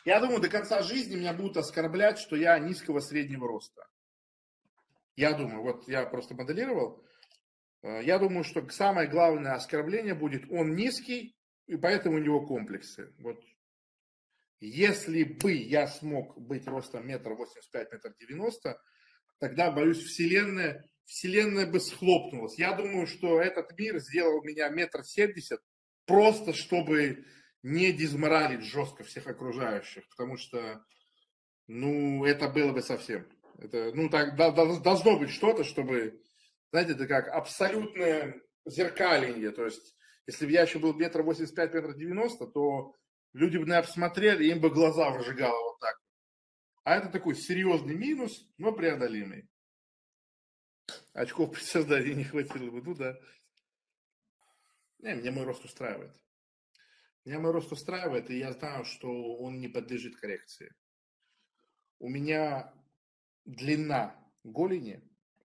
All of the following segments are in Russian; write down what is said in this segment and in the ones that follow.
Я думаю, до конца жизни меня будут оскорблять, что я низкого среднего роста. Я думаю, вот я просто моделировал. Я думаю, что самое главное оскорбление будет, он низкий, и поэтому у него комплексы. Вот если бы я смог быть ростом 1,85 м, 1,90 м, тогда, боюсь, вселенная бы схлопнулась. Я думаю, что этот мир сделал меня 1,70 м, просто чтобы не дезморалить жестко всех окружающих, потому что, ну, это было бы совсем. Это, ну, так должно быть что-то, чтобы, знаете, это как абсолютное зеркаление. То есть, если бы я еще был 1,85 м, 1,90 м, то люди бы меня посмотрели, им бы глаза выжигало вот так. А это такой серьезный минус, но преодолимый. Очков при создании не хватило бы, ну да. Не, меня мой рост устраивает. Меня мой рост устраивает, и я знаю, что он не подлежит коррекции. У меня длина голени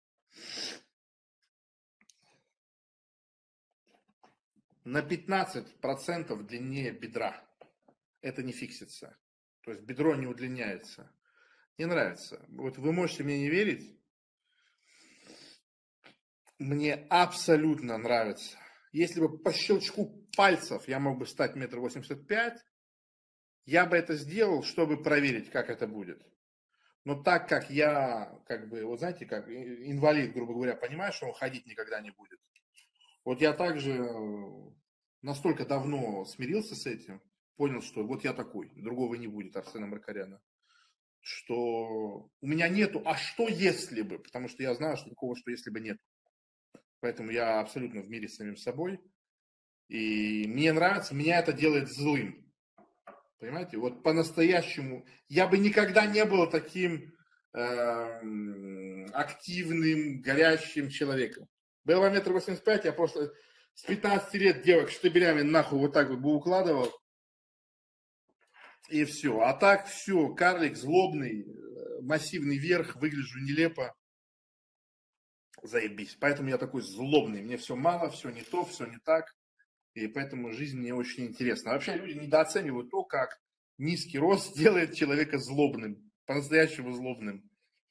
на 15% длиннее бедра. Это не фиксится. То есть бедро не удлиняется. Мне нравится. Вот вы можете мне не верить, мне абсолютно нравится. Если бы по щелчку пальцев я мог бы стать 1,85 м, я бы это сделал, чтобы проверить, как это будет. Но так как я, как бы, вот знаете, как инвалид, грубо говоря, понимаю, что он ходить никогда не будет. Вот я также настолько давно смирился с этим, понял, что вот я такой, другого не будет Арсена Маркаряна, что у меня нету, а что если бы, потому что я знаю, что такого, что если бы нет. Поэтому я абсолютно в мире с самим собой. И мне нравится, меня это делает злым. Понимаете, вот по-настоящему. Я бы никогда не был таким активным, горящим человеком. Было 1,85 м, я просто с 15 лет девок штабелями нахуй вот так вот бы укладывал. И все. А так все, карлик злобный, массивный верх, выгляжу нелепо. Заебись. Поэтому я такой злобный. Мне все мало, все не то, все не так. И поэтому жизнь мне очень интересна. А вообще люди недооценивают то, как низкий рост делает человека злобным, по-настоящему злобным.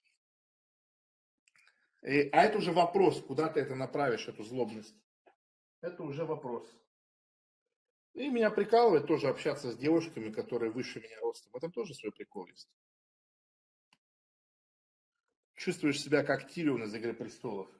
А это уже вопрос, куда ты это направишь, эту злобность. Это уже вопрос. И меня прикалывает тоже общаться с девушками, которые выше меня ростом. В этом тоже свой прикол есть. Чувствуешь себя как Тирион из «Игры престолов».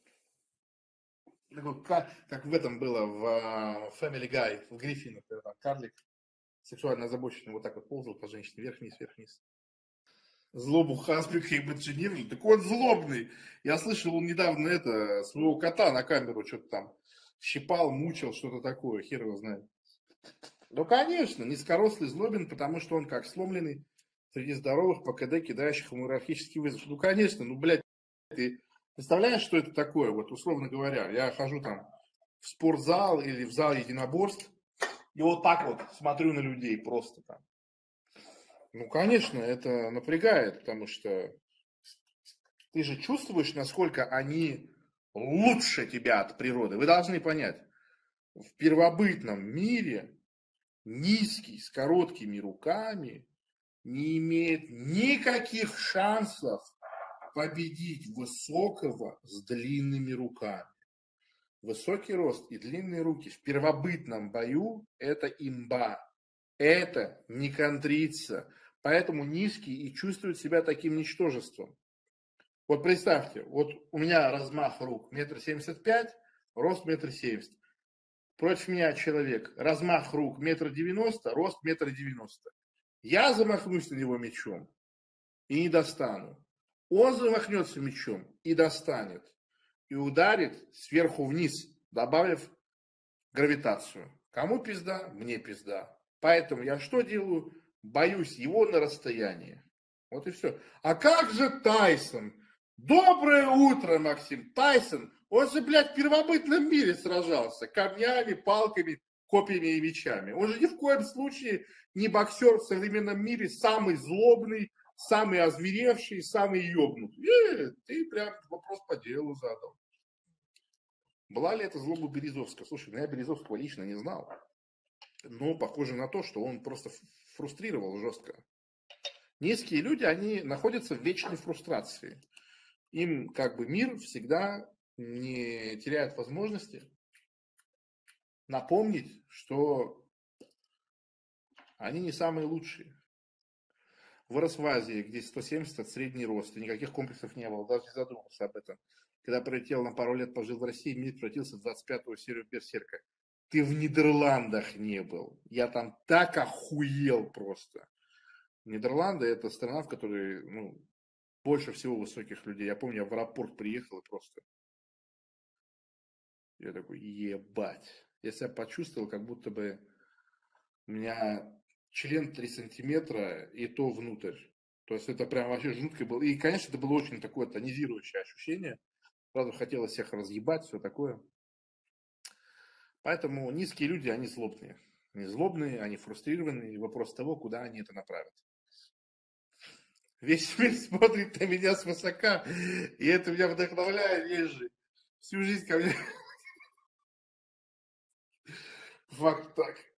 Такой, как в этом было, в Family Guy, в Гриффинах, когда там карлик сексуально озабоченный вот так вот ползал по женщине, вверх-вниз, вверх-вниз. Злобу Хаспика и Баджинирли. Так он злобный. Я слышал, он недавно это, своего кота на камеру что-то там щипал, мучил, что-то такое. Хер его знает. Ну, конечно, низкорослый злобен, потому что он как сломленный среди здоровых по КД, кидающих ему иерархический вызов. Ну, конечно, ну, блядь, ты представляешь, что это такое? Вот, условно говоря, я хожу там в спортзал или в зал единоборств, и вот так вот смотрю на людей просто там. Ну, конечно, это напрягает, потому что ты же чувствуешь, насколько они лучше тебя от природы. Вы должны понять, в первобытном мире низкий, с короткими руками не имеет никаких шансов победить высокого с длинными руками. Высокий рост и длинные руки в первобытном бою – это имба. Это не контриться. Поэтому низкий и чувствует себя таким ничтожеством. Вот представьте, вот у меня размах рук 1,75 м, рост 1,70 м. Против меня человек, размах рук 1,90 м, рост 1,90 м. Я замахнусь на него мечом и не достану. Он замахнется мечом и достанет. И ударит сверху вниз, добавив гравитацию. Кому пизда? Мне пизда. Поэтому я что делаю? Боюсь его на расстоянии. Вот и все. А как же Тайсон? Доброе утро, Максим. Тайсон, он же, блядь, в первобытном мире сражался. Камнями, палками, копьями и мечами. Он же ни в коем случае не боксер в современном мире, самый злобный, самый озверевший, самый ебнутый. Ты прям вопрос по делу задал. Была ли это злоба Березовского? Слушай, ну я Березовского лично не знал. Но похоже на то, что он просто фрустрировал жестко. Низкие люди, они находятся в вечной фрустрации. Им как бы мир всегда не теряет возможности напомнить, что они не самые лучшие. Вырос в Азии, где 170 от средний рост, и никаких комплексов не было, даже не задумался об этом. Когда прилетел на пару лет, пожил в России, мир превратился в 25-ю серию Берсерка. Ты в Нидерландах не был. Я там так охуел просто. Нидерланды это страна, в которой больше всего высоких людей. Я помню, я в аэропорт приехал и просто... Я такой, ебать. Я себя почувствовал, как будто бы у меня член 3 сантиметра и то внутрь. То есть это прям вообще жутко было. И, конечно, это было очень такое тонизирующее ощущение. Сразу хотелось всех разъебать, все такое. Поэтому низкие люди, они злобные. Они злобные, они фрустрированные. И вопрос того, куда они это направят. Весь мир смотрит на меня свысока, и это меня вдохновляет весь же. Всю жизнь ко мне. Факт так.